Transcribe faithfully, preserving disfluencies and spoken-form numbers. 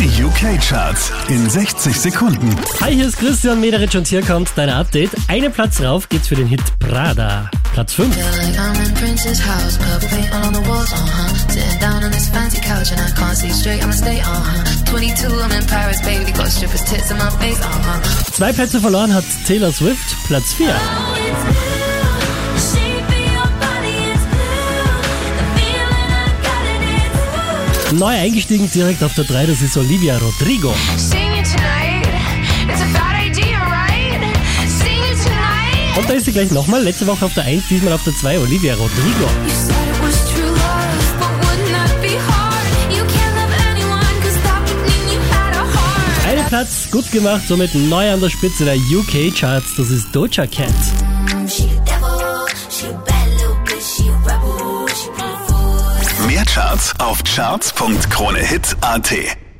Die U K-Charts in sechzig Sekunden. Hi, hier ist Christian Mederitsch und hier kommt dein Update. Einen Platz rauf geht's für den Hit Prada. Platz fünf. Zwei Plätze verloren hat Taylor Swift. Platz vier. Neu eingestiegen direkt auf der drei, das ist Olivia Rodrigo. Und da ist sie gleich nochmal, letzte Woche auf der eins, diesmal auf der zwei, Olivia Rodrigo. Einen Platz gut gemacht, somit neu an der Spitze der U K-Charts, das ist Doja Cat. Mehr Charts auf charts punkt kronehit punkt at.